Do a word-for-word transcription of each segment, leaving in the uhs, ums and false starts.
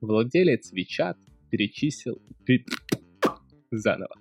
Владелец WeChat перечислил... Пер... Заново.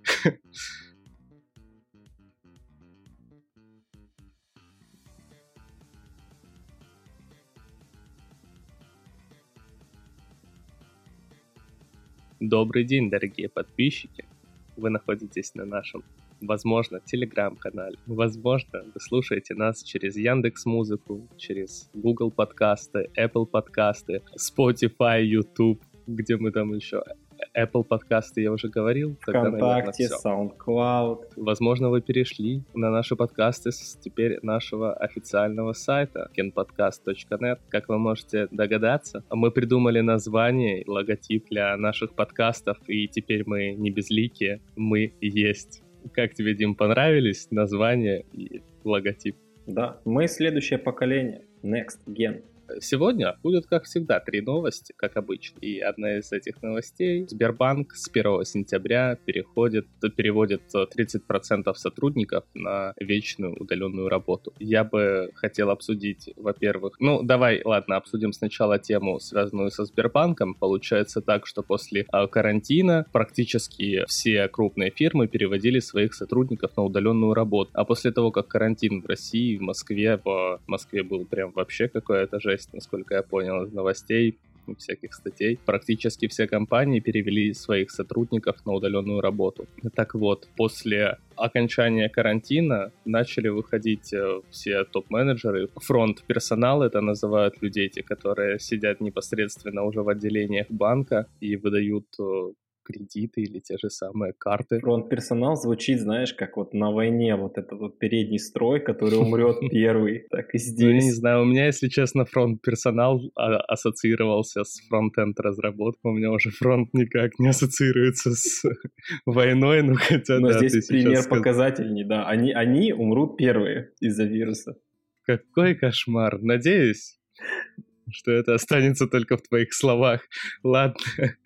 Добрый день, дорогие подписчики. Вы находитесь на нашем, возможно, телеграм-канале. Возможно, вы слушаете нас через Яндекс.Музыку, через Google подкасты, Apple подкасты, Spotify, YouTube, где мы там еще... Apple подкасты я уже говорил. ВКонтакте, SoundCloud. Возможно, вы перешли на наши подкасты с теперь нашего официального сайта кен подкаст точка нет. Как вы можете догадаться, мы придумали название, логотип для наших подкастов, и теперь мы не безликие, мы есть. Как тебе, Дим, понравились название и логотип? Да, мы следующее поколение, Next Gen. Сегодня будет, как всегда, три новости, как обычно. И одна из этих новостей: Сбербанк с первого сентября переходит, переводит тридцать процентов сотрудников на вечную удаленную работу. Я бы хотел обсудить, во-первых, ну давай, ладно, обсудим сначала тему, связанную со Сбербанком. Получается так, что после э, карантина практически все крупные фирмы переводили своих сотрудников на удаленную работу. А после того, как карантин в России, в Москве, в Москве был прям вообще какая-то жесть, насколько я понял из новостей, всяких статей, практически все компании перевели своих сотрудников на удаленную работу. Так вот, после окончания карантина начали выходить все топ-менеджеры, фронт-персонал, это называют людей, те, которые сидят непосредственно уже в отделениях банка и выдают кредиты или те же самые карты. Фронт-персонал звучит, знаешь, как вот на войне, вот этот вот передний строй, который умрет первый, так и здесь. Ну, не знаю, у меня, если честно, фронт-персонал ассоциировался с фронт-энд разработкой, у меня уже фронт никак не ассоциируется с войной, ну хотя Но да, здесь пример показательней, да, они, они умрут первые из-за вируса. Какой кошмар, надеюсь, что это останется только в твоих словах. Ладно.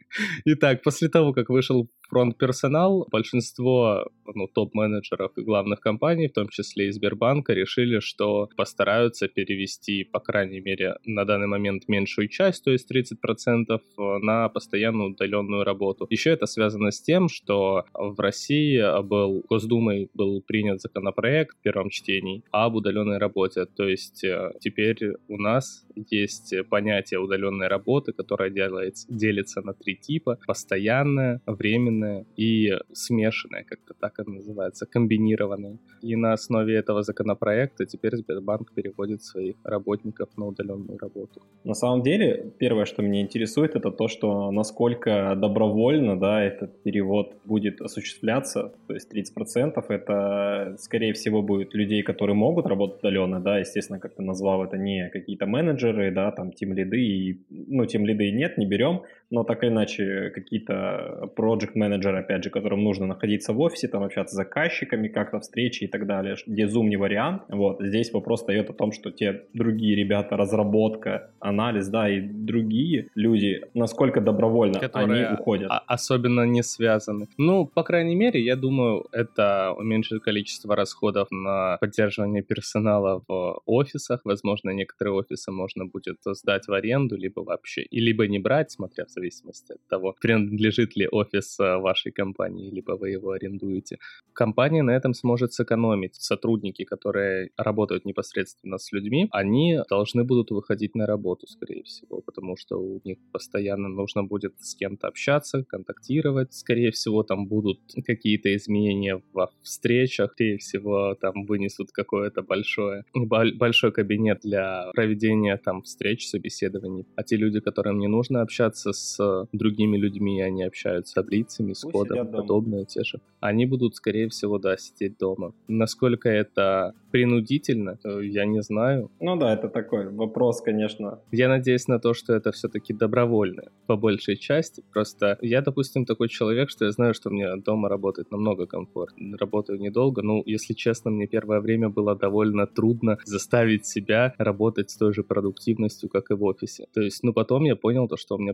Итак, после того, как вышел фронт-персонал, большинство ну, топ-менеджеров и главных компаний, в том числе и Сбербанка, решили, что постараются перевести, по крайней мере, на данный момент меньшую часть, то есть тридцать процентов, на постоянную удаленную работу. Еще это связано с тем, что в России был, Госдумой был принят законопроект в первом чтении об удаленной работе. То есть теперь у нас есть понятие удаленной работы, которое делается, делится на три типа: постоянная, временная и смешанная, как-то так это называется, комбинированная. И на основе этого законопроекта теперь Сбербанк переводит своих работников на удаленную работу. На самом деле, первое, что меня интересует, это то, что насколько добровольно, да, этот перевод будет осуществляться. То есть тридцать процентов это, скорее всего, будет людей, которые могут работать удаленно, да, естественно, как ты назвал, это не какие-то менеджеры, да, там тимлиды, и, ну, тимлиды нет, не берем, но так или иначе какие-то проект-менеджеры, опять же, которым нужно находиться в офисе, там общаться с заказчиками, как-то встречи и так далее, где Zoom не вариант. Вот, здесь вопрос встает о том, что те другие ребята, разработка, анализ, да, и другие люди, насколько добровольно которые они уходят. Особенно не связаны. Ну, по крайней мере, я думаю, это уменьшит количество расходов на поддерживание персонала в офисах. Возможно, некоторые офисы можно будет сдать в аренду, либо вообще, и либо не брать, смотря в зависимости от того, принадлежит ли офис вашей компании, либо вы его арендуете. Компания на этом сможет сэкономить. Сотрудники, которые работают непосредственно с людьми, они должны будут выходить на работу, скорее всего, потому что у них постоянно нужно будет с кем-то общаться, контактировать. Скорее всего, там будут какие-то изменения во встречах. Скорее всего, там вынесут какое-то большое, большой кабинет для проведения там встреч, собеседований. А те люди, которым не нужно общаться с другими людьми, они общаются с таблицами, с Пусть кодом, подобное те же. Они будут, скорее всего, да, сидеть дома. Насколько это принудительно, я не знаю. Ну да, это такой вопрос, конечно. Я надеюсь на то, что это все-таки добровольно, по большей части. Просто я, допустим, такой человек, что я знаю, что мне дома работать намного комфортнее. Работаю недолго, ну, если честно, мне первое время было довольно трудно заставить себя работать с той же продуктивностью, как и в офисе. То есть, ну, потом я понял то, что у меня продуктивность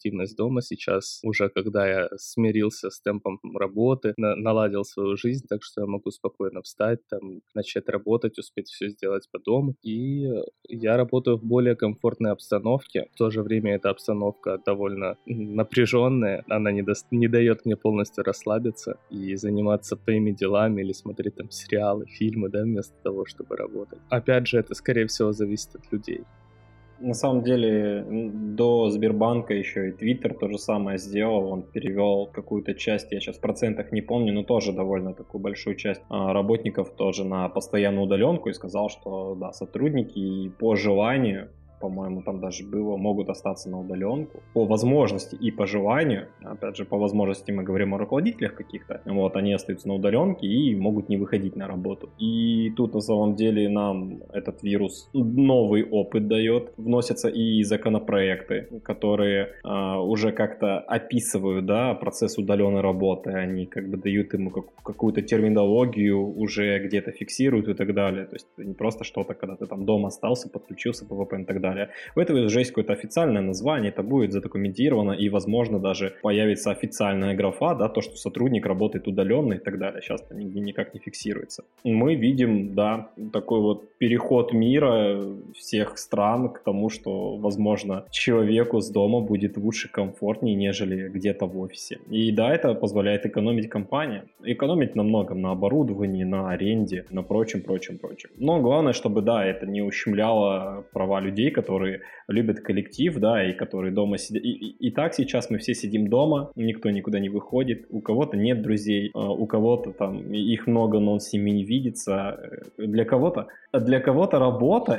продуктивность дома сейчас, уже когда я смирился с темпом работы, на- наладил свою жизнь, так что я могу спокойно встать, там, начать работать, успеть все сделать по дому. И я работаю в более комфортной обстановке. В то же время эта обстановка довольно напряженная, она не, до... не дает мне полностью расслабиться и заниматься твоими делами или смотреть там сериалы, фильмы, да, вместо того, чтобы работать. Опять же, это, скорее всего, зависит от людей. На самом деле, до Сбербанка еще и Твиттер то же самое сделал. Он перевел какую-то часть, я сейчас в процентах не помню, но тоже довольно такую большую часть работников тоже на постоянную удаленку и сказал, что да, сотрудники и по желанию, по-моему, там даже было, могут остаться на удаленку. По возможности и по желанию, опять же, по возможности мы говорим о руководителях каких-то, вот, они остаются на удаленке и могут не выходить на работу. И тут, на самом деле, нам этот вирус новый опыт дает. Вносятся и законопроекты, которые а, уже как-то описывают, да, процесс удаленной работы. Они как бы дают ему как, какую-то терминологию, уже где-то фиксируют и так далее. То есть это не просто что-то, когда ты там дома остался, подключился, пэ вэ пэ и так далее. У этого уже есть какое-то официальное название, это будет задокументировано, и, возможно, даже появится официальная графа, да, то, что сотрудник работает удаленно и так далее. Сейчас это нигде никак не фиксируется. Мы видим, да, такой вот переход мира всех стран к тому, что, возможно, человеку с дома будет лучше, комфортнее, нежели где-то в офисе. И да, это позволяет экономить компания. Экономить на многом, на оборудовании, на аренде, на прочем, прочем, прочем. Но главное, чтобы, да, это не ущемляло права людей, которые любят коллектив, да, и которые дома сидят. И, и, и так сейчас мы все сидим дома, никто никуда не выходит, у кого-то нет друзей, у кого-то там их много, но он с ними не видится. Для кого-то, для кого-то работа —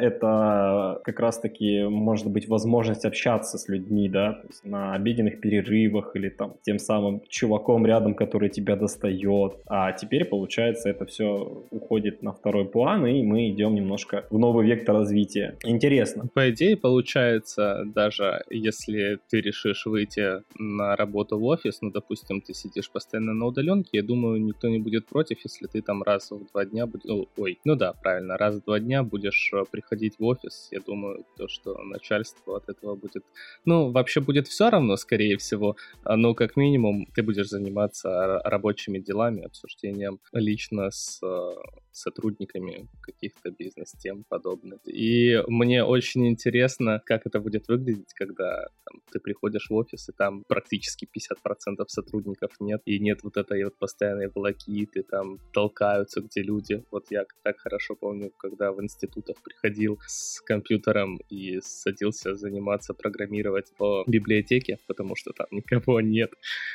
это как раз-таки, может быть, возможность общаться с людьми, да, то есть на обеденных перерывах или там тем самым чуваком рядом, который тебя достает. А теперь, получается, это все уходит на второй план, и мы идем немножко в новый вектор развития. Интересно. По идее, получается, даже если ты решишь выйти на работу в офис, ну, допустим, ты сидишь постоянно на удаленке, я думаю, никто не будет против, если ты там раз в два дня будешь... Ну, ой, ну да, правильно, раз в два дня будешь приходить в офис. Я думаю, то, что начальство от этого будет... Ну, вообще будет все равно, скорее всего, но как минимум ты будешь заниматься рабочими делами, обсуждением лично с сотрудниками каких-то бизнес-тем подобных. И мне очень интересно, как это будет выглядеть, когда там, ты приходишь в офис, и там практически пятьдесят процентов сотрудников нет, и нет вот этой вот постоянной волокиты, там толкаются, где люди. Вот я так хорошо помню, когда в институтах приходил с компьютером и садился заниматься, программировать по библиотеке, потому что там никого нет.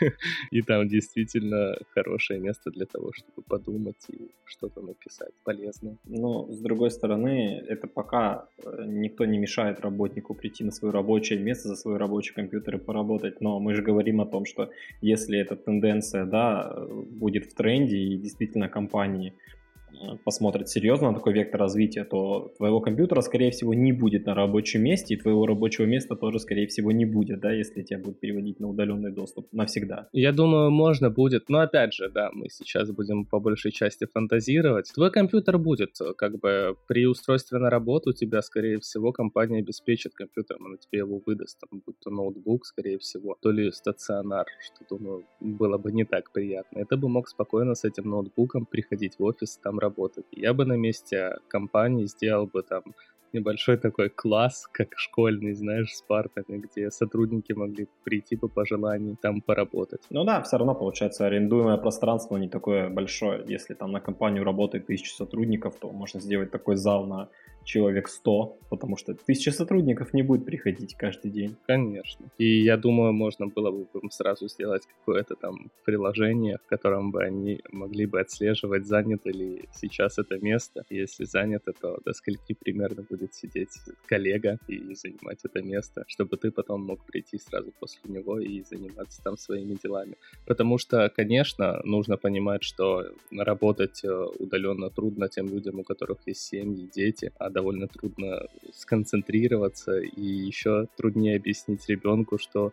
И там действительно хорошее место для того, чтобы подумать и что-то написать полезное. Но, с другой стороны, это пока никто не мешает работнику прийти на свое рабочее место, за свой рабочий компьютер и поработать. Но мы же говорим о том, что если эта тенденция, да, будет в тренде и действительно компании посмотрят серьезно на такой вектор развития, то твоего компьютера, скорее всего, не будет на рабочем месте, и твоего рабочего места тоже, скорее всего, не будет, да, если тебя будут переводить на удаленный доступ навсегда. Я думаю, можно будет, но опять же, да, мы сейчас будем по большей части фантазировать. Твой компьютер будет, как бы, при устройстве на работу тебя, скорее всего, компания обеспечит компьютером, она тебе его выдаст, там, будь то ноутбук, скорее всего, то ли стационар, что, думаю, было бы не так приятно. И ты бы мог спокойно с этим ноутбуком приходить в офис, там работать. Я бы на месте компании сделал бы там небольшой такой класс, как школьный, знаешь, с партами, где сотрудники могли прийти по пожеланию, там поработать. Ну да, все равно, получается, арендуемое пространство не такое большое. Если там на компанию работает тысяча сотрудников, то можно сделать такой зал на человек сто, потому что тысяча сотрудников не будет приходить каждый день. Конечно. И я думаю, можно было бы им сразу сделать какое-то там приложение, в котором бы они могли бы отслеживать, занято ли сейчас это место. Если занято, то до скольки примерно будет сидеть коллега и занимать это место, чтобы ты потом мог прийти сразу после него и заниматься там своими делами. Потому что, конечно, нужно понимать, что работать удаленно трудно тем людям, у которых есть семьи, дети, а довольно трудно сконцентрироваться, и еще труднее объяснить ребенку, что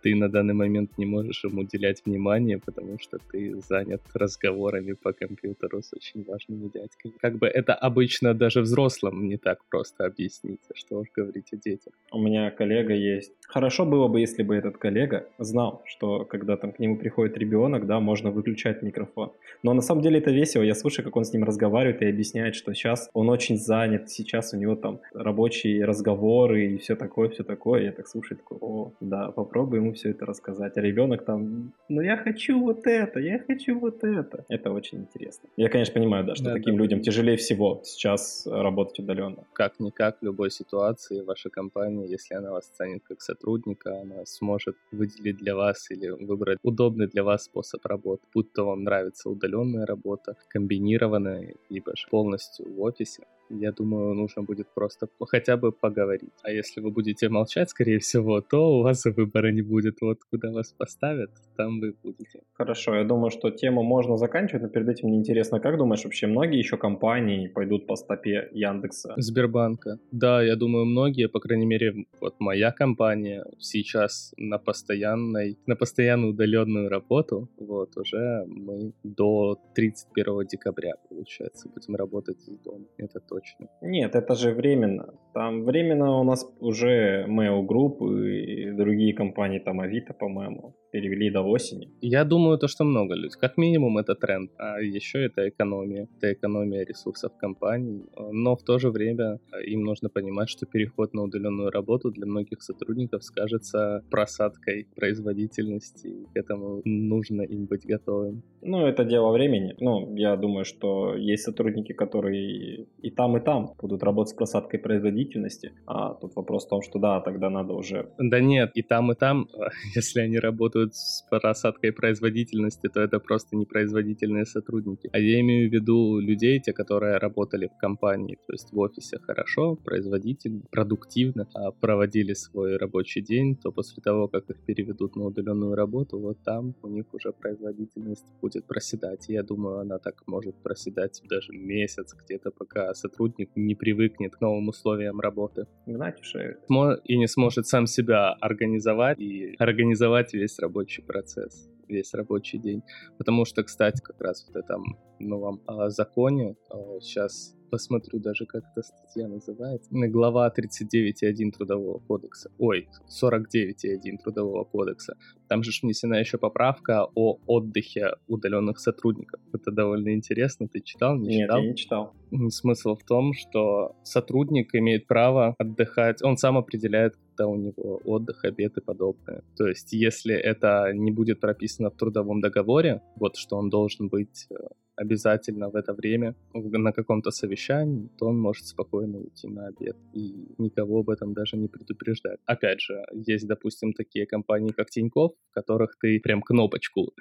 ты на данный момент не можешь им уделять внимание, потому что ты занят разговорами по компьютеру с очень важными дядьками. Как бы это обычно даже взрослым не так просто объяснить, а что уж говорить о детях. У меня коллега есть. Хорошо было бы, если бы этот коллега знал, что когда там к нему приходит ребенок, да, можно выключать микрофон. Но на самом деле это весело. Я слушаю, как он с ним разговаривает и объясняет, что сейчас он очень занят, сейчас у него там рабочие разговоры и все такое, все такое. Я так слушаю, такой, о, да, попробуй ему все это рассказать. А ребенок там, ну я хочу вот это, я хочу вот это. Это очень интересно. Я, конечно, понимаю, да, что Да, таким да. людям тяжелее всего сейчас работать удаленно. Как-никак в любой ситуации ваша компания, если она вас ценит как сотрудника, она сможет выделить для вас или выбрать удобный для вас способ работы. Будь то вам нравится удаленная работа, комбинированная, либо же полностью в офисе. Я думаю, нужно будет просто хотя бы поговорить. А если вы будете молчать, скорее всего, то у вас и выбора не будет. Вот куда вас поставят, там вы будете. Хорошо, я думаю, что тему можно заканчивать, но перед этим мне интересно, как думаешь, вообще многие еще компании пойдут по стопе Яндекса? Сбербанка. Да, я думаю, многие, по крайней мере, вот моя компания сейчас на постоянной, на постоянную удаленную работу, вот, уже мы до тридцать первого декабря, получается, будем работать из дома. Это точно. Нет, это же временно. Там временно у нас уже Mail Group и другие компании, там Авито, по-моему, перевели до осени. Я думаю, то, что много людей. Как минимум это тренд, а еще это экономия. Это экономия ресурсов компаний. Но в то же время им нужно понимать, что переход на удаленную работу для многих сотрудников скажется просадкой производительности. И к этому нужно им быть готовым. Ну, это дело времени. Ну, я думаю, что есть сотрудники, которые и там, и там будут работать с просадкой производительности. А тут вопрос в том, что да, тогда надо уже... Да нет, и там, и там, если они работают с просадкой производительности, то это просто непроизводительные сотрудники. А я имею в виду людей, те, которые работали в компании, то есть в офисе хорошо, производительно, продуктивно, а проводили свой рабочий день, то после того, как их переведут на удаленную работу, вот там у них уже производительность будет проседать. И я думаю, она так может проседать даже месяц где-то, пока сотрудник не привыкнет к новым условиям работы. Знаете, что... И не сможет сам себя организовать и организовать весь рабочий процесс, весь рабочий день. Потому что, кстати, как раз в этом новом а, законе а, сейчас... Посмотрю даже, как эта статья называется. Глава тридцать девять точка один Трудового кодекса. Ой, сорок девять точка один Трудового кодекса. Там же внесена еще поправка о отдыхе удаленных сотрудников. Это довольно интересно. Ты читал, не Нет, читал? я не читал. Смысл в том, что сотрудник имеет право отдыхать. Он сам определяет, когда у него отдых, обед и подобное. То есть, если это не будет прописано в трудовом договоре, вот что он должен быть обязательно в это время на каком-то совещании, то он может спокойно уйти на обед и никого об этом даже не предупреждать. Опять же, есть, допустим, такие компании, как Тинькофф, в которых ты прям кнопочку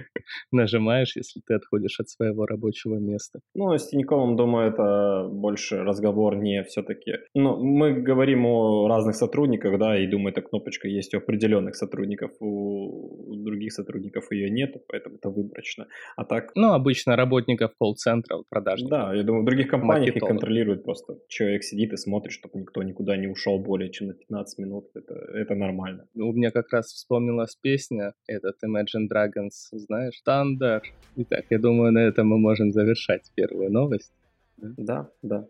нажимаешь, если ты отходишь от своего рабочего места. Ну, с Тиньковым, думаю, это больше разговор не все-таки... Ну, мы говорим о разных сотрудниках, да, и думаю, эта кнопочка есть у определенных сотрудников, у других сотрудников ее нет, поэтому это выборочно. А так... Ну, обычно работников колл-центров, продажников. Да, я думаю, в других компаниях их контролируют просто. Человек сидит и смотрит, чтобы никто никуда не ушел более чем на пятнадцать минут. Это, это нормально. У меня как раз вспомнилась песня, этот Imagine Dragons, знаешь, Thunder. Итак, я думаю, на этом мы можем завершать первую новость. Да, да.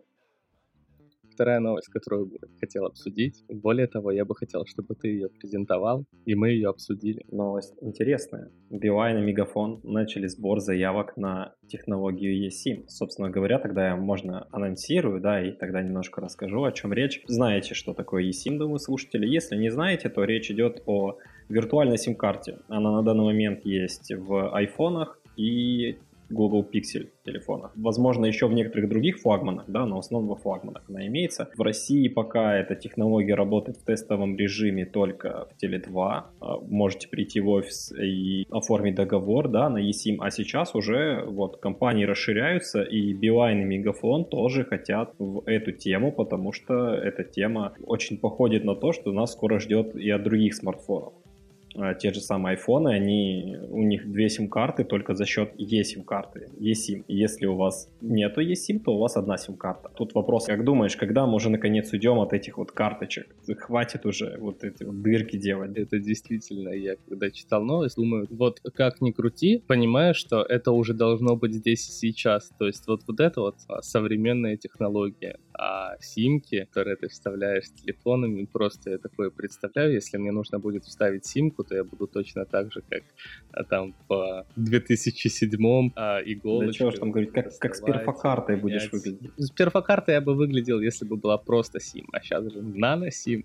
Вторая новость, которую бы хотел обсудить. Более того, я бы хотел, чтобы ты ее презентовал, и мы ее обсудили. Новость интересная. Билайн и Мегафон начали сбор заявок на технологию eSIM. Собственно говоря, тогда я, можно, анонсирую, да, и тогда немножко расскажу, о чем речь. Знаете, что такое eSIM, думаю, слушатели. Если не знаете, то речь идет о виртуальной сим-карте. Она на данный момент есть в айфонах и Google Pixel телефонах. Возможно, еще в некоторых других флагманах, да, но в основном во флагманах она имеется. В России пока эта технология работает в тестовом режиме только в Теле два. Можете прийти в офис и оформить договор, да, на eSIM. А сейчас уже вот компании расширяются, и Билайн и Мегафон тоже хотят в эту тему, потому что эта тема очень походит на то, что нас скоро ждет и от других смартфонов. а, те же самые айфоны, они, у них две сим-карты только за счет eSIM-карты, eSIM. Если у вас нету eSIM, то у вас одна сим-карта. Тут вопрос, как думаешь, когда мы уже наконец уйдем от этих вот карточек? Хватит уже вот эти вот дырки делать. Это действительно, я когда читал новость, думаю, вот как ни крути, понимаю, что это уже должно быть здесь и сейчас. То есть вот, вот это вот современная технология. А симки, которые ты вставляешь с телефонами, просто я такое представляю, если мне нужно будет вставить симку, то я буду точно так же, как а, там в две тысячи седьмом а, иголочкой. Да чего ж там говорить, как, как с перфокартой будешь выглядеть. С перфокартой я бы выглядел, если бы была просто сим, а сейчас же нано-сим.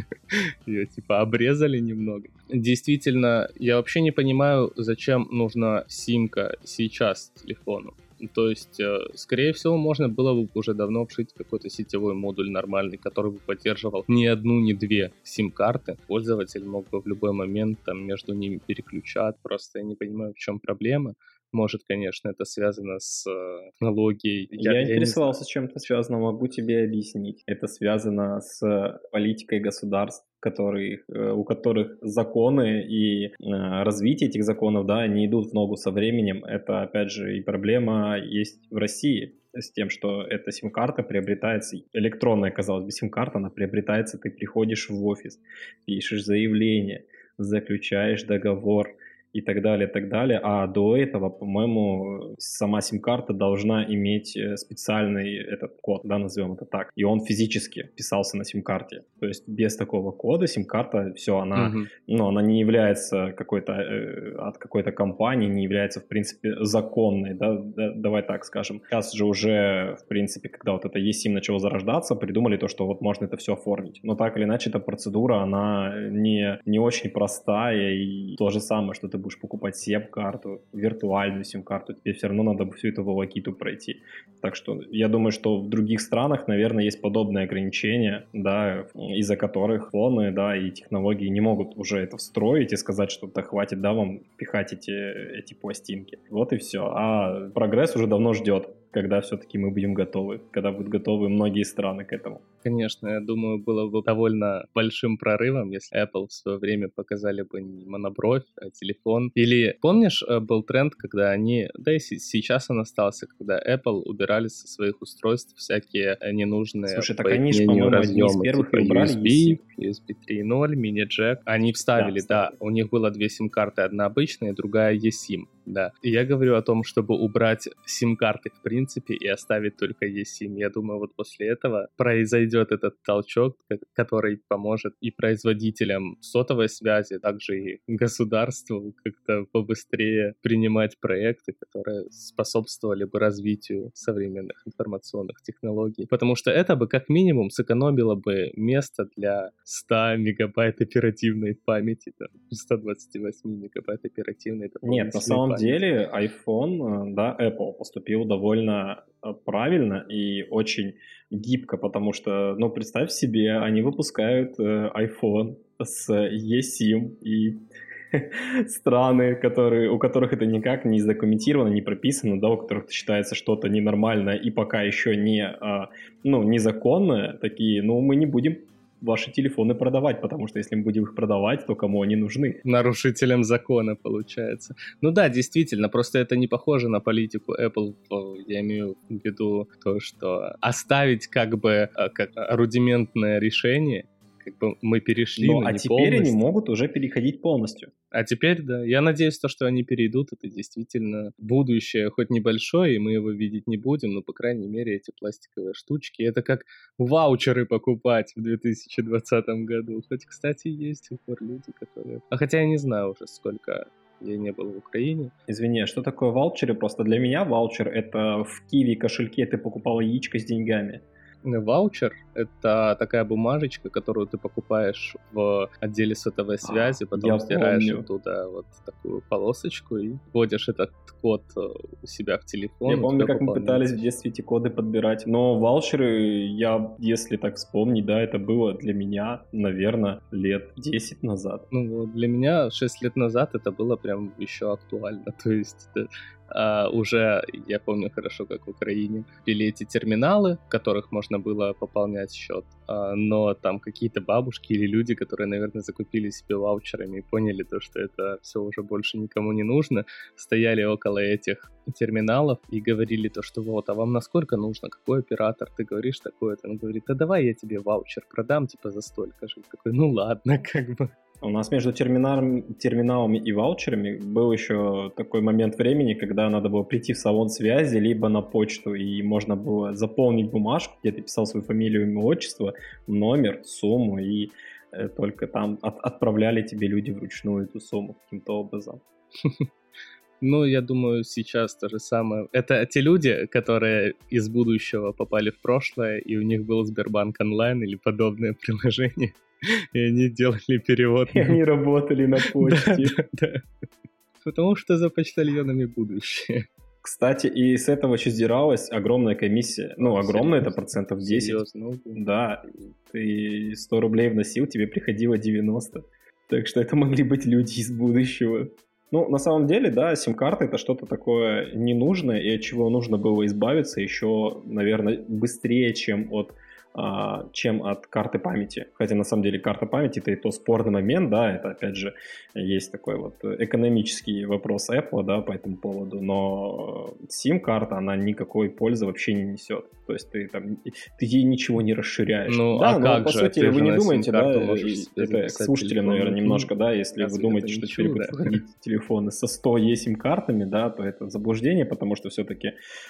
Ее типа обрезали немного. Действительно, я вообще не понимаю, зачем нужна симка сейчас телефону. То есть, скорее всего, можно было бы уже давно вшить какой-то сетевой модуль нормальный, который бы поддерживал ни одну, ни две сим-карты. Пользователь мог бы в любой момент там между ними переключать. Просто я не понимаю, в чем проблема. Может, конечно, это связано с э, технологией. Я, я интересовался, с чем это связано, могу тебе объяснить. Это связано с политикой государств, которые, у которых законы и э, развитие этих законов, да, не идут в ногу со временем. Это, опять же, и проблема есть в России с тем, что эта сим-карта приобретается, электронная, казалось бы, сим-карта, она приобретается, ты приходишь в офис, пишешь заявление, заключаешь договор, и так далее, и так далее. А до этого, по-моему, сама сим-карта должна иметь специальный этот код, да, назовем это так. И он физически писался на сим-карте. То есть без такого кода сим-карта, все, она, mm-hmm. ну, она не является какой-то, э, от какой-то компании, не является, в принципе, законной, да, да, давай так скажем. Сейчас же уже, в принципе, когда вот это eSIM начало зарождаться, придумали то, что вот можно это все оформить. Но так или иначе, эта процедура, она не, не очень простая, и то же самое, что ты будешь покупать сим-карту, виртуальную сим-карту, тебе все равно надо всю эту волокиту пройти. Так что я думаю, что в других странах, наверное, есть подобные ограничения, да, из-за которых фоны, да, и технологии не могут уже это встроить и сказать, что да хватит, да, вам пихать эти, эти пластинки. Вот и все. А прогресс уже давно ждет, когда все-таки мы будем готовы, когда будут готовы многие страны к этому. Конечно, я думаю, было бы довольно большим прорывом, если Apple в свое время показали бы не монобровь, а телефон. Или помнишь, был тренд, когда они, да и сейчас он остался, когда Apple убирали со своих устройств всякие ненужные. Слушай, так они же, по-моему, одни из первых типа убрали ю эс би, ю эс би три ноль, мини-джек. Они вставили, да, да, у них было две сим-карты, одна обычная, другая eSIM. Да. И я говорю о том, чтобы убрать сим-карты в принципе и оставить только eSIM. Я думаю, вот после этого произойдет этот толчок, который поможет и производителям сотовой связи, также и государству как-то побыстрее принимать проекты, которые способствовали бы развитию современных информационных технологий. Потому что это бы как минимум сэкономило бы место для ста мегабайт оперативной памяти, там, сто двадцать восемь мегабайт оперативной памяти. Нет, на самом деле iPhone, да, Apple поступил довольно правильно и очень гибко, потому что, ну, представь себе, они выпускают э, iPhone с eSIM, и страны, которые, у которых это никак не задокументировано, не прописано, да, у которых считается что-то ненормальное и пока еще не, а, ну, незаконное, такие, ну, мы не будем ваши телефоны продавать, потому что если мы будем их продавать, то кому они нужны? Нарушителям закона, получается. Ну да, действительно, просто это не похоже на политику Apple. Я имею в виду то, что оставить как бы как рудиментное решение, как бы мы перешли, но, но а не теперь полностью. Они могут уже переходить полностью. А теперь, да, я надеюсь, то, что они перейдут, это действительно будущее, хоть небольшое, и мы его видеть не будем, но, по крайней мере, эти пластиковые штучки, это как ваучеры покупать в две тысячи двадцатом году. Хоть, кстати, есть до сих пор люди, которые... А хотя я не знаю уже, сколько я не был в Украине. Извини, а что такое ваучеры? Просто для меня ваучер — это в Киви кошельке ты покупал яичко с деньгами. Ваучер — это такая бумажечка, которую ты покупаешь в отделе сотовой связи, а, потом стираешь помню. Оттуда вот такую полосочку и вводишь этот код у себя в телефон. Я помню, как мы пытались в детстве эти коды подбирать. Но ваучеры, я, если так вспомнить, да, это было для меня, наверное, лет десять назад. Ну, для меня шесть лет назад это было прям еще актуально. То есть а, уже, я помню хорошо, как в Украине, были эти терминалы, в которых можно было пополнять счет, а, но там какие-то бабушки или люди, которые, наверное, закупили себе ваучерами и поняли то, что это все уже больше никому не нужно, стояли около этих терминалов и говорили то, что вот, а вам насколько нужно, какой оператор, ты говоришь такое-то, он говорит, да давай я тебе ваучер продам, типа за столько же, такой, ну ладно, как бы. У нас между терминалами, терминалами и ваучерами был еще такой момент времени, когда надо было прийти в салон связи, либо на почту, и можно было заполнить бумажку, где ты писал свою фамилию, имя, отчество, номер, сумму, и э, только там от, отправляли тебе люди вручную эту сумму каким-то образом. Ну, я думаю, сейчас то же самое. Это те люди, которые из будущего попали в прошлое, и у них был Сбербанк онлайн или подобное приложение, и они делали перевод. И они работали на почте. Да, да, да. Потому что за почтальонами будущее. Кстати, и с этого еще сдиралась огромная комиссия. Ну, огромная, это процентов десять. Серьезно? Да, ты сто рублей вносил, тебе приходило девяносто. Так что это могли быть люди из будущего. Ну, на самом деле, да, сим-карта — это что-то такое ненужное, и от чего нужно было избавиться еще, наверное, быстрее, чем от, а, чем от карты памяти. Хотя, на самом деле, карта памяти — это и то спорный момент, да, это, опять же, есть такой вот экономический вопрос Apple, да, по этому поводу, но сим-карта, она никакой пользы вообще не несет. То есть ты там, ты ей ничего не расширяешь. Ну, да, а но, как по же? сути, Ты вы же не на думаете, да, это к записать слушателям, телефон. наверное, немножко, да, если Разве вы думаете, это что не теперь чудо? будут входить телефоны со сто eSIM-картами, да, то это заблуждение, потому что все-таки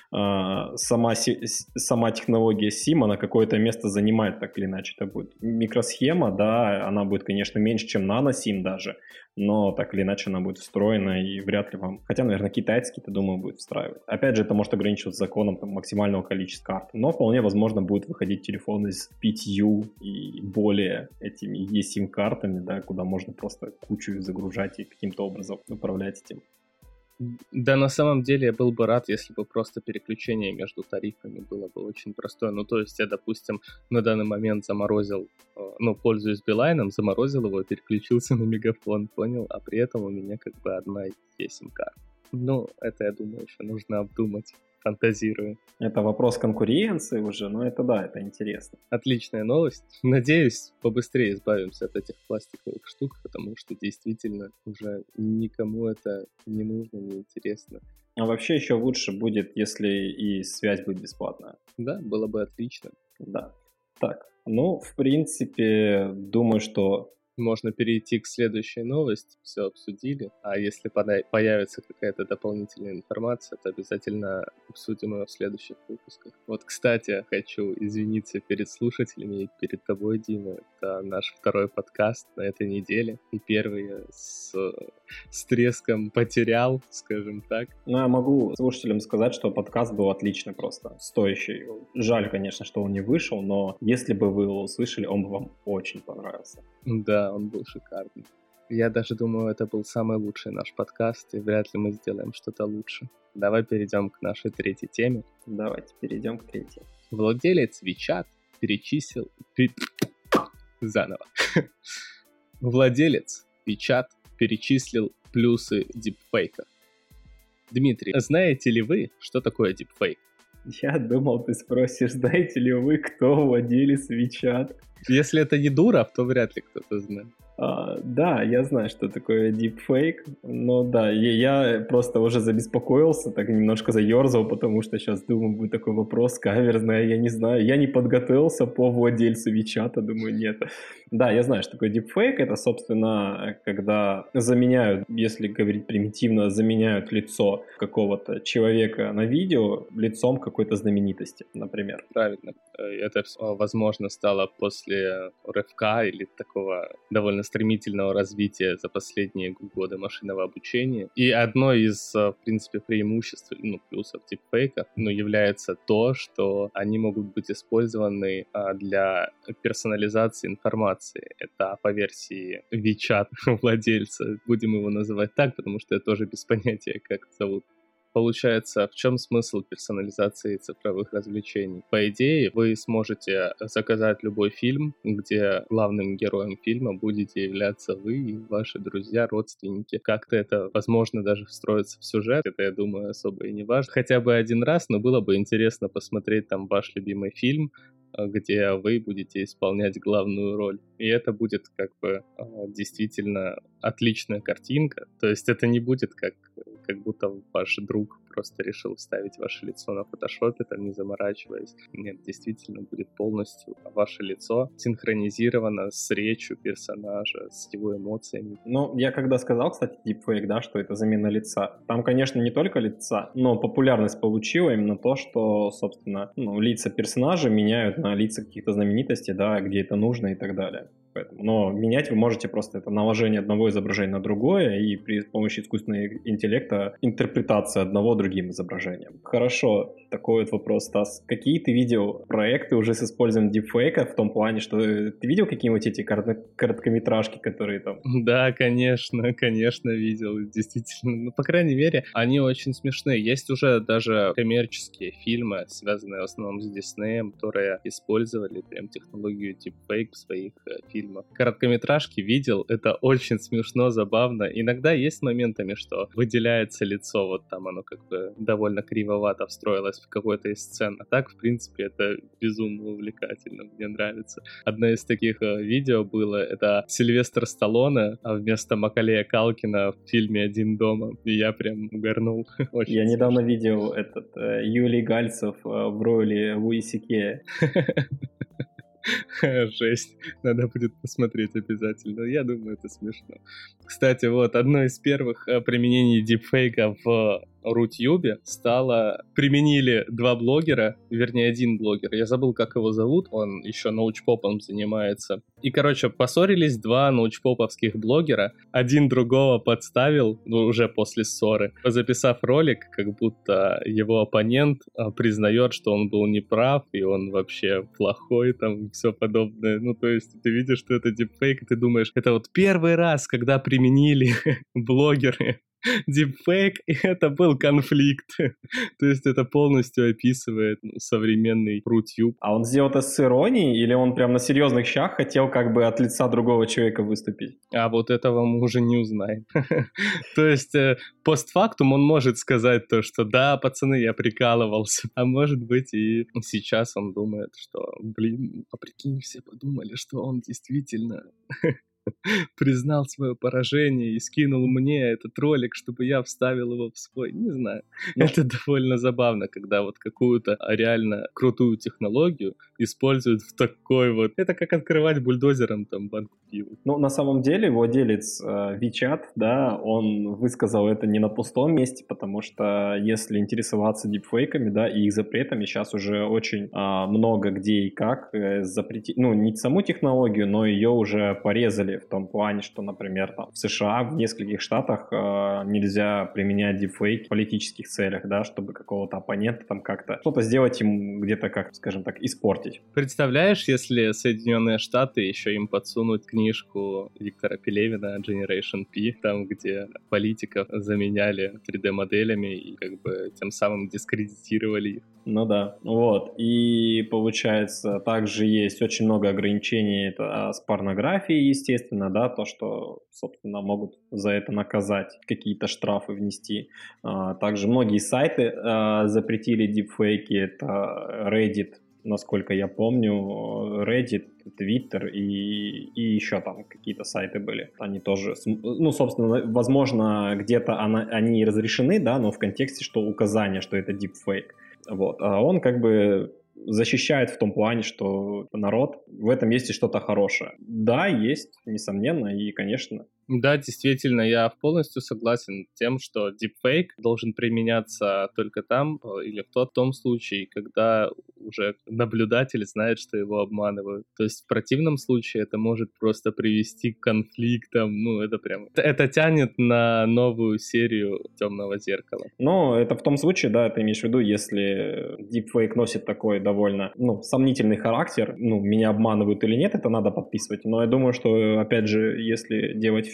э, сама, си, сама технология SIM, она какое-то место занимает, так или иначе. Это будет микросхема, да, она будет, конечно, меньше, чем нано-SIM даже, но так или иначе она будет встроена, и вряд ли вам... Хотя, наверное, китайские-то, думаю, будет встраивать. Опять же, это может ограничиваться законом там, максимального количества карт, но вполне возможно будет выходить телефоны с пятью и более этими eSIM-картами, да, куда можно просто кучу их загружать и каким-то образом управлять этим. Да, на самом деле я был бы рад, если бы просто переключение между тарифами было бы очень простое. Ну, то есть я, допустим, на данный момент заморозил, ну, пользуюсь Билайном, заморозил его, переключился на Мегафон, понял? А при этом у меня как бы одна eSIM-карта. Ну, это, я думаю, еще нужно обдумать. Фантазирую. Это вопрос конкуренции уже, но это да, это интересно. Отличная новость. Надеюсь, побыстрее избавимся от этих пластиковых штук, потому что действительно уже никому это не нужно, не интересно. А вообще еще лучше будет, если и связь будет бесплатная. Да, было бы отлично. Да. Так, ну, в принципе, думаю, что... Можно перейти к следующей новости, все обсудили, а если появится какая-то дополнительная информация, то обязательно обсудим ее в следующих выпусках. Вот, кстати, хочу извиниться перед слушателями и перед тобой, Дима. Это наш второй подкаст на этой неделе, и первый я с, с треском потерял, скажем так. Ну, я могу слушателям сказать, что подкаст был отличный просто, стоящий. Жаль, конечно, что он не вышел, но если бы вы его услышали, он бы вам очень понравился. Да, он был шикарный. Я даже думаю, это был самый лучший наш подкаст, и вряд ли мы сделаем что-то лучше. Давай перейдем к нашей третьей теме. Давайте перейдем к третьей. Владелец WeChat перечислил... Пер... Заново. Владелец WeChat перечислил плюсы дипфейков. Дмитрий, знаете ли вы, что такое дипфейк? Я думал, ты спросишь, знаете ли вы, кто владелец WeChat? Если это не Дуров, то вряд ли кто-то знает. А, да, я знаю, что такое deepfake, но да, я, я просто уже забеспокоился, так немножко заерзал, потому что сейчас, думаю, будет такой вопрос каверзный, я не знаю, я не подготовился по владельцу WeChat, думаю, нет. Да, я знаю, что такое deepfake, это, собственно, когда заменяют, если говорить примитивно, заменяют лицо какого-то человека на видео лицом какой-то знаменитости, например. Правильно. Это, возможно, стало после рывка или такого довольно стремительного развития за последние годы машинного обучения. И одно из, в принципе, преимуществ, ну, плюсов дипфейков, ну, является то, что они могут быть использованы а, для персонализации информации. Это по версии WeChat владельца. Будем его называть так, потому что я тоже без понятия, как зовут получается, в чем смысл персонализации цифровых развлечений? По идее, вы сможете заказать любой фильм, где главным героем фильма будете являться вы и ваши друзья, родственники. Как-то это, возможно, даже встроится в сюжет. Это, я думаю, особо и не важно. Хотя бы один раз, но было бы интересно посмотреть там ваш любимый фильм, где вы будете исполнять главную роль. И это будет как бы действительно отличная картинка. То есть это не будет как, как будто ваш друг просто решил вставить ваше лицо на фотошопе, там не заморачиваясь. Нет, действительно будет полностью ваше лицо синхронизировано с речью персонажа, с его эмоциями. Ну, я когда сказал, кстати, deepfake, да, что это замена лица, там, конечно, не только лица, но популярность получила именно то, что, собственно, ну, лица персонажа меняют на лица каких-то знаменитостей, да, где это нужно и так далее. Поэтому, но менять вы можете просто это наложение одного изображения на другое и при помощи искусственного интеллекта интерпретация одного другим изображением. Хорошо, такой вот вопрос, Стас. Какие ты видел проекты уже с использованием дипфейка в том плане, что ты видел какие-нибудь эти короткометражки, которые там... Да, конечно, конечно, видел, действительно. Ну, по крайней мере, они очень смешные. Есть уже даже коммерческие фильмы, связанные в основном с Диснеем, которые использовали прям технологию дипфейк в своих фильмах. Короткометражки видел, это очень смешно, забавно. Иногда есть моментами, что выделяется лицо, вот там оно как бы довольно кривовато встроилось в какой-то из сцен. А так, в принципе, это безумно увлекательно, мне нравится. Одно из таких э, видео было, это Сильвестр Сталлоне, а вместо Макалея Калкина в фильме «Один дома». И я прям угорнул. Очень я смешно. Недавно видел этот э, Юлий Гальцев э, в роли Луи Сикея. Жесть. Надо будет посмотреть обязательно. Я думаю, это смешно. Кстати, вот одно из первых применений дипфейка в Рутюбе стало... Применили два блогера, вернее, один блогер. Я забыл, как его зовут. Он еще научпопом занимается. И, короче, поссорились два научпоповских блогера. Один другого подставил, ну, уже после ссоры, записав ролик, как будто его оппонент признает, что он был неправ, и он вообще плохой, там, и все подобное. Ну, то есть, ты видишь, что это дипфейк, и ты думаешь, это вот первый раз, когда применили блогеры дипфейк, и это был конфликт. То есть это полностью описывает ну, современный Рутюб. А он сделал это с иронией, или он прям на серьезных щах хотел как бы от лица другого человека выступить? А вот этого мы уже не узнаем. То есть постфактум он может сказать то, что да, пацаны, я прикалывался. А может быть и сейчас он думает, что, блин, а прикинь, все подумали, что он действительно... признал свое поражение и скинул мне этот ролик, чтобы я вставил его в свой. Не знаю. Но... Это довольно забавно, когда вот какую-то реально крутую технологию используют в такой вот... Это как открывать бульдозером там банку пива. Ну, на самом деле, владелец э, WeChat, да, он высказал это не на пустом месте, потому что если интересоваться дипфейками, да, и их запретами, сейчас уже очень э, много где и как э, запретить... Ну, не саму технологию, но ее уже порезали в том плане, что, например, там, в США, в нескольких штатах э, нельзя применять дипфейк в политических целях, да, чтобы какого-то оппонента там как-то что-то сделать им где-то, как, скажем так, испортить. Представляешь, если Соединенные Штаты еще им подсунуть книжку Виктора Пелевина Generation P, там, где политиков заменяли три дэ-моделями и как бы тем самым дискредитировали их. Ну да, вот. И получается, также есть очень много ограничений это с порнографией, естественно, да, то, что, собственно, могут за это наказать, какие-то штрафы внести. Также многие сайты запретили дипфейки, это Reddit, насколько я помню, Reddit, Twitter и, и еще там какие-то сайты были. Они тоже, ну, собственно, возможно, где-то она, они разрешены, да, но в контексте, что указание, что это дипфейк. Вот. А он как бы защищает в том плане, что народ, в этом есть и что-то хорошее. Да, есть, несомненно, и, конечно. Да, действительно, я полностью согласен с тем, что deepfake должен применяться только там или в тот в том случае, когда уже наблюдатель знает, что его обманывают. То есть в противном случае это может просто привести к конфликтам. Ну, это прям... Это, это тянет на новую серию «Темного зеркала». Ну, это в том случае, да, ты имеешь в виду, если deepfake носит такой довольно, ну, сомнительный характер, ну, меня обманывают или нет, это надо подписывать. Но я думаю, что, опять же, если делать фильм,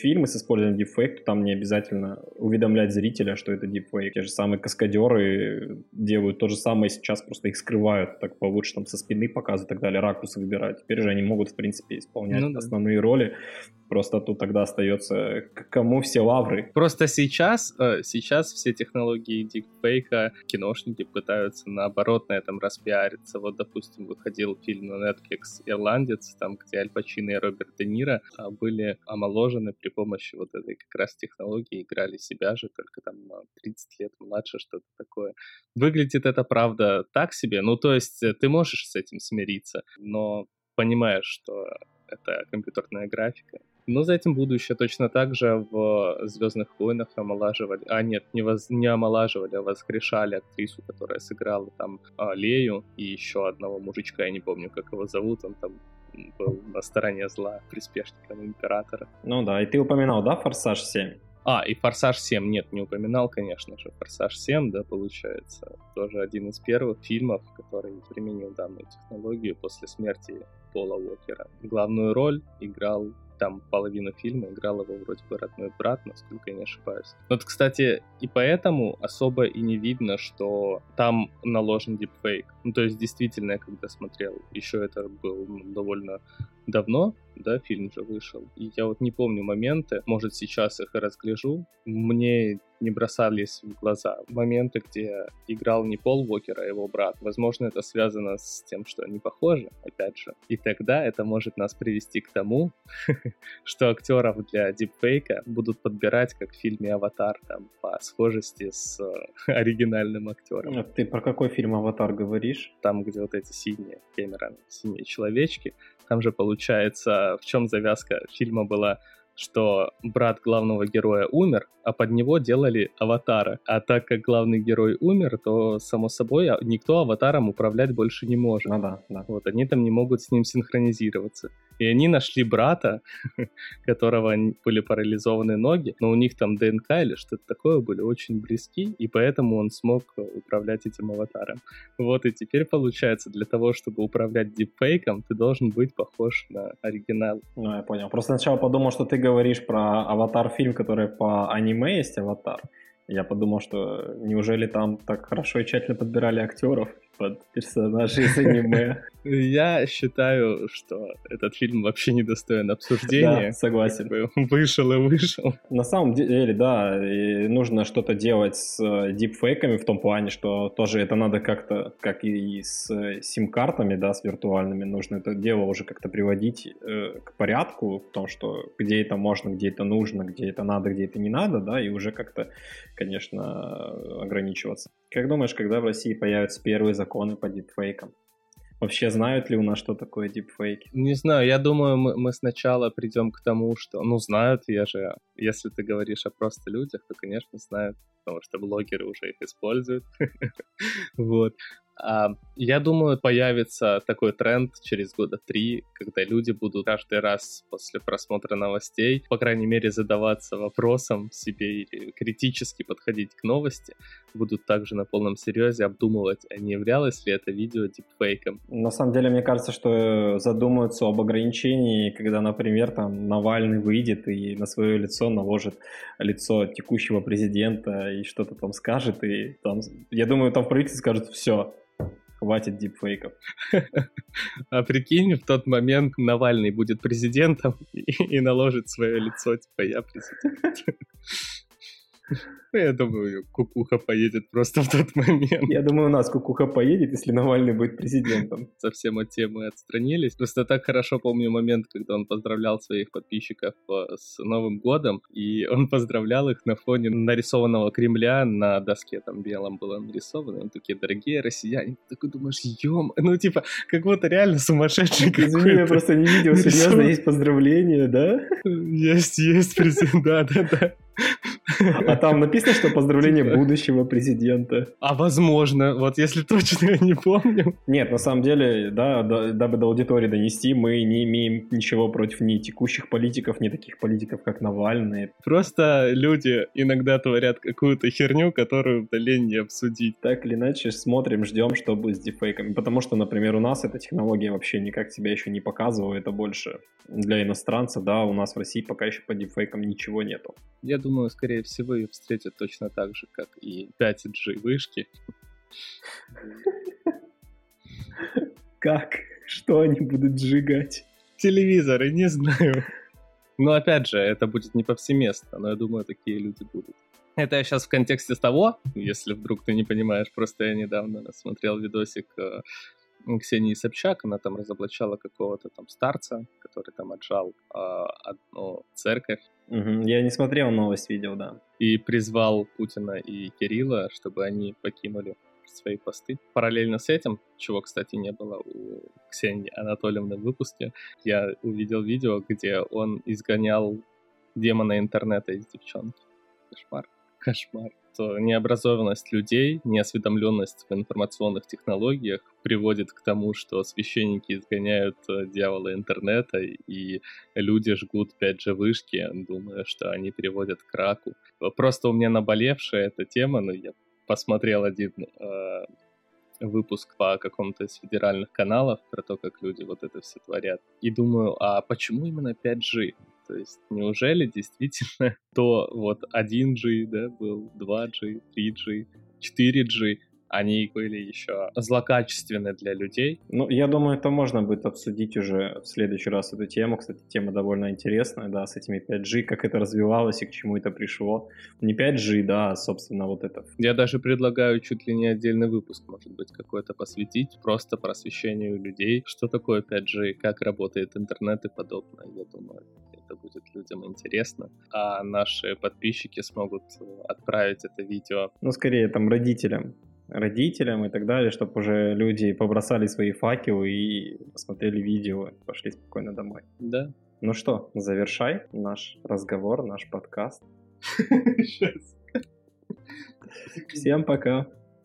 фильмы с использованием дипфейк, то там не обязательно уведомлять зрителя, что это дипфейк. Те же самые каскадеры делают то же самое сейчас, просто их скрывают, так получше там со спины показывают и так далее, ракурсы выбирать. Теперь же они могут, в принципе, исполнять ну, да. основные роли. Просто тут тогда остается, кому все лавры. Просто сейчас, сейчас все технологии дипфейка киношники пытаются наоборот на этом распиариться. Вот, допустим, выходил фильм на Netflix «Ирландец», там, где Аль Пачино и Роберт Де Ниро были омоложены при помощи вот этой как раз технологии, играли себя же, только там на тридцать лет младше, что-то такое. Выглядит это, правда, так себе. Ну, то есть ты можешь с этим смириться, но понимаешь, что это компьютерная графика. Но за этим будущее. Точно так же в «Звездных войнах» омолаживали... А нет, не, воз... не омолаживали, а воскрешали актрису, которая сыграла там Лею и еще одного мужичка, я не помню, как его зовут, он там был на стороне зла, приспешником императора. Ну да, и ты упоминал, да, «Форсаж семь»? А, и «Форсаж семь», нет, не упоминал, конечно же. «Форсаж семь», да, получается, тоже один из первых фильмов, который применил данную технологию после смерти Пола Уокера. Главную роль играл, там половину фильма играл его вроде бы родной брат, насколько я не ошибаюсь. Вот, кстати, и поэтому особо и не видно, что там наложен дипфейк. Ну, то есть, действительно, я когда смотрел, еще это был довольно давно, да, фильм же вышел, и я вот не помню моменты, может, сейчас их и разгляжу, мне не бросались в глаза моменты, где играл не Пол Уокер, а его брат. Возможно, это связано с тем, что они похожи, опять же. И тогда это может нас привести к тому, что актеров для дипфейка будут подбирать, как в фильме «Аватар», там, по схожести с оригинальным актером. А ты про какой фильм «Аватар» говоришь? Там, где вот эти синие, Кэмерон, синие человечки. Там же, получается, в чем завязка фильма была, что брат главного героя умер, а под него делали аватара. А так как главный герой умер, то, само собой, никто аватаром управлять больше не может. Ну да, да. Вот, они там не могут с ним синхронизироваться. И они нашли брата, которого были парализованы ноги, но у них там ДНК или что-то такое были очень близки, и поэтому он смог управлять этим аватаром. Вот, и теперь получается, для того, чтобы управлять дипфейком, ты должен быть похож на оригинал. Ну, я понял. Просто сначала подумал, что ты говоришь про «Аватар» фильм, который по аниме есть «Аватар». Я подумал, что неужели там так хорошо и тщательно подбирали актеров под персонажей из аниме? Я считаю, что этот фильм вообще недостоин обсуждения. Да, согласен. Как бы вышел и вышел. На самом деле, да, и нужно что-то делать с дипфейками в том плане, что тоже это надо как-то, как и с сим-картами, да, с виртуальными, нужно это дело уже как-то приводить э, к порядку, в том, что где это можно, где это нужно, где это надо, где это не надо, да, и уже как-то, конечно, ограничиваться. Как думаешь, когда в России появятся первые законы по дипфейкам? Вообще знают ли у нас, что такое дипфейки? Не знаю, я думаю, мы, мы сначала придем к тому, что... Ну, знают, я же... Если ты говоришь о просто людях, то, конечно, знают, потому что блогеры уже их используют. Вот. А, я думаю, появится такой тренд через года три, когда люди будут каждый раз после просмотра новостей, по крайней мере, задаваться вопросом себе или критически подходить к новости, будут также на полном серьезе обдумывать, а не являлось ли это видео дипфейком. На самом деле, мне кажется, что задумаются об ограничении, когда, например, там Навальный выйдет и на свое лицо наложит лицо текущего президента и что-то там скажет, и там, я думаю, там в правительстве скажут: все, хватит дипфейков. А прикинь, в тот момент Навальный будет президентом и, и наложит свое лицо, типа, я президент. Я думаю, кукуха поедет просто в тот момент. Я думаю, у нас кукуха поедет, если Навальный будет президентом. Совсем от темы отстранились. Просто так хорошо помню момент, когда он поздравлял своих подписчиков с Новым годом, и он поздравлял их на фоне нарисованного Кремля на доске, там белом было нарисовано. Они такие: дорогие россияне. Ты такой думаешь: ем, ну типа, как будто реально сумасшедший какой-то. Извини, я просто не видел, серьезно, есть поздравления, да? Есть, есть, президент, да, да, да. А там написано, что поздравление будущего президента. А возможно, вот если точно я не помню. Нет, на самом деле, да, да, дабы до аудитории донести, мы не имеем ничего против ни текущих политиков, ни таких политиков, как Навальный. Просто люди иногда творят какую-то херню, которую лень не обсудить. Так или иначе, смотрим, ждем, что будет с дипфейками. Потому что, например, у нас эта технология вообще никак себя еще не показывает, это больше для иностранцев, да, у нас в России пока еще по дипфейкам ничего нету. Я думаю, скорее всего, их встретят точно так же, как и пять джи вышки. Как? Что они будут сжигать? Телевизоры, не знаю. Но опять же, это будет не повсеместно, но я думаю, такие люди будут. Это я сейчас в контексте того, если вдруг ты не понимаешь, просто я недавно смотрел видосик Ксении Собчак, она там разоблачала какого-то там старца, который там отжал э, одну церковь. Угу. Я не смотрел новость, видел, да. И призвал Путина и Кирилла, чтобы они покинули свои посты. Параллельно с этим, чего, кстати, не было у Ксении Анатольевны в выпуске, я увидел видео, где он изгонял демона интернета из девчонки. Кошмар. Кошмар. То необразованность людей, неосведомленность в информационных технологиях приводит к тому, что священники изгоняют дьявола интернета, и люди жгут пять джи вышки, думая, что они приводят к раку. Просто у меня наболевшая эта тема, но я посмотрел один э, выпуск по какому-то из федеральных каналов про то, как люди вот это все творят. И думаю, а почему именно пять джи? То есть, неужели действительно то вот один джи, да, был, два джи, три джи, четыре джи, они были еще злокачественны для людей? Ну, я думаю, это можно будет обсудить уже в следующий раз эту тему. Кстати, тема довольно интересная, да, с этими пять джи, как это развивалось и к чему это пришло. Не пять джи, да, а, собственно, вот это. Я даже предлагаю чуть ли не отдельный выпуск, может быть, какой-то посвятить просто просвещению людей, что такое пять джи, как работает интернет и подобное. Я думаю, это будет людям интересно, а наши подписчики смогут отправить это видео. Ну, скорее, там, родителям. родителям и так далее, чтобы уже люди побросали свои факелы и посмотрели видео и пошли спокойно домой. Да. Ну что, завершай наш разговор, наш подкаст. Всем пока.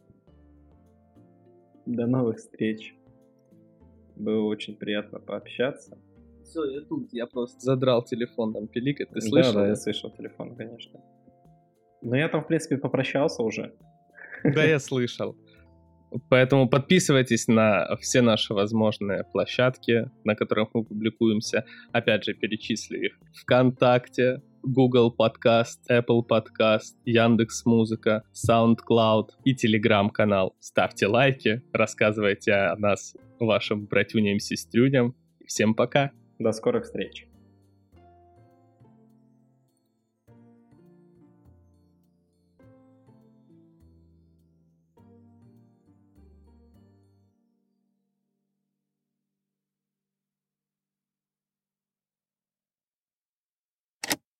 До новых встреч. Было очень приятно пообщаться. Все, я тут, я просто задрал телефон, там пиликает, ты слышал? Да, да, я слышал телефон, конечно. Но я там, в принципе, попрощался уже. Да, я слышал. Поэтому подписывайтесь на все наши возможные площадки, на которых мы публикуемся. Опять же, перечислю их. ВКонтакте, Google Podcast, Apple Podcast, Яндекс.Музыка, SoundCloud и Telegram-канал. Ставьте лайки, рассказывайте о нас вашим братюням, сестрюням. Всем пока. До скорых встреч.